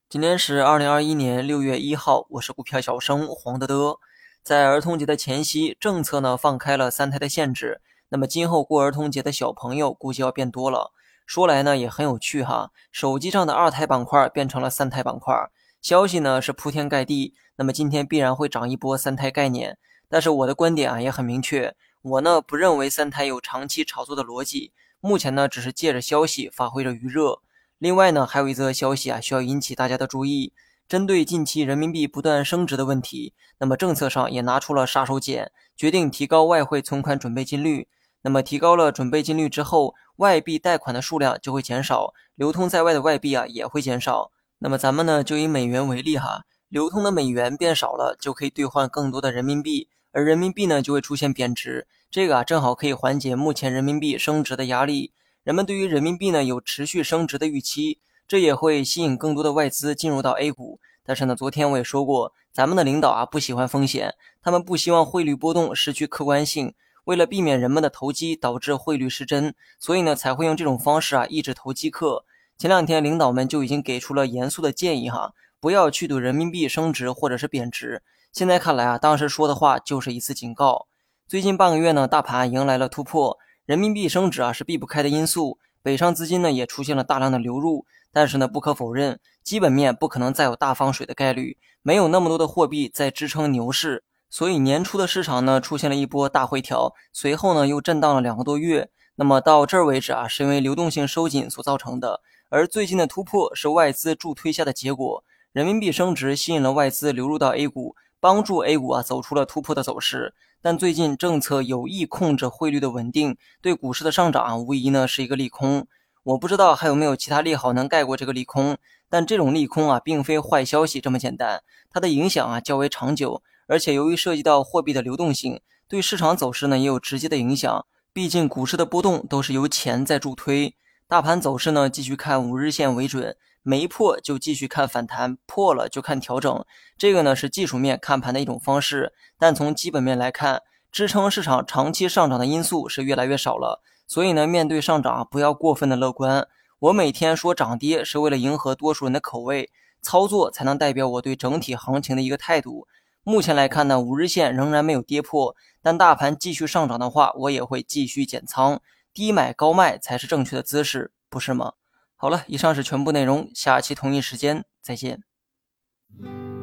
今天是2021年6月1号，我是股票小生黄德德。在儿童节的前夕，政策呢放开了三胎的限制，那么今后过儿童节的小朋友估计要变多了。说来呢也很有趣哈，手机上的二胎板块变成了三胎板块，消息呢是铺天盖地，那么今天必然会涨一波三胎概念。但是我的观点也很明确，我呢不认为三胎有长期炒作的逻辑，目前呢只是借着消息发挥着余热。另外呢，还有一则消息需要引起大家的注意。针对近期人民币不断升值的问题，那么政策上也拿出了杀手锏，决定提高外汇存款准备金率。那么提高了准备金率之后，外币贷款的数量就会减少，流通在外的外币也会减少。那么咱们呢就以美元为例哈，流通的美元变少了，就可以兑换更多的人民币，而人民币呢就会出现贬值。这个正好可以缓解目前人民币升值的压力。人们对于人民币呢有持续升值的预期，这也会吸引更多的外资进入到 A 股。但是呢，昨天我也说过，咱们的领导不喜欢风险，他们不希望汇率波动失去客观性，为了避免人们的投机导致汇率失真，所以呢才会用这种方式抑制投机客。前两天领导们就已经给出了严肃的建议哈，不要去赌人民币升值或者是贬值。现在看来当时说的话就是一次警告。最近半个月呢，大盘迎来了突破。人民币升值是避不开的因素，北上资金呢也出现了大量的流入，但是呢不可否认，基本面不可能再有大放水的概率，没有那么多的货币在支撑牛市，所以年初的市场呢出现了一波大回调，随后呢又震荡了2个多月。那么到这儿为止是因为流动性收紧所造成的，而最近的突破是外资助推下的结果，人民币升值吸引了外资流入到 A 股，帮助 A 股走出了突破的走势。但最近政策有意控制汇率的稳定，对股市的上涨无疑呢是一个利空。我不知道还有没有其他利好能盖过这个利空，但这种利空并非坏消息这么简单，它的影响较为长久，而且由于涉及到货币的流动性，对市场走势呢也有直接的影响。毕竟股市的波动都是由钱在助推，大盘走势呢继续看5日线为准，没破就继续看反弹，破了就看调整。这个呢是技术面看盘的一种方式，但从基本面来看，支撑市场长期上涨的因素是越来越少了。所以呢，面对上涨不要过分的乐观。我每天说涨跌是为了迎合多数人的口味，操作才能代表我对整体行情的一个态度。目前来看呢，5日线仍然没有跌破，但大盘继续上涨的话，我也会继续减仓，低买高卖才是正确的姿势，不是吗？好了，以上是全部内容，下期同一时间再见。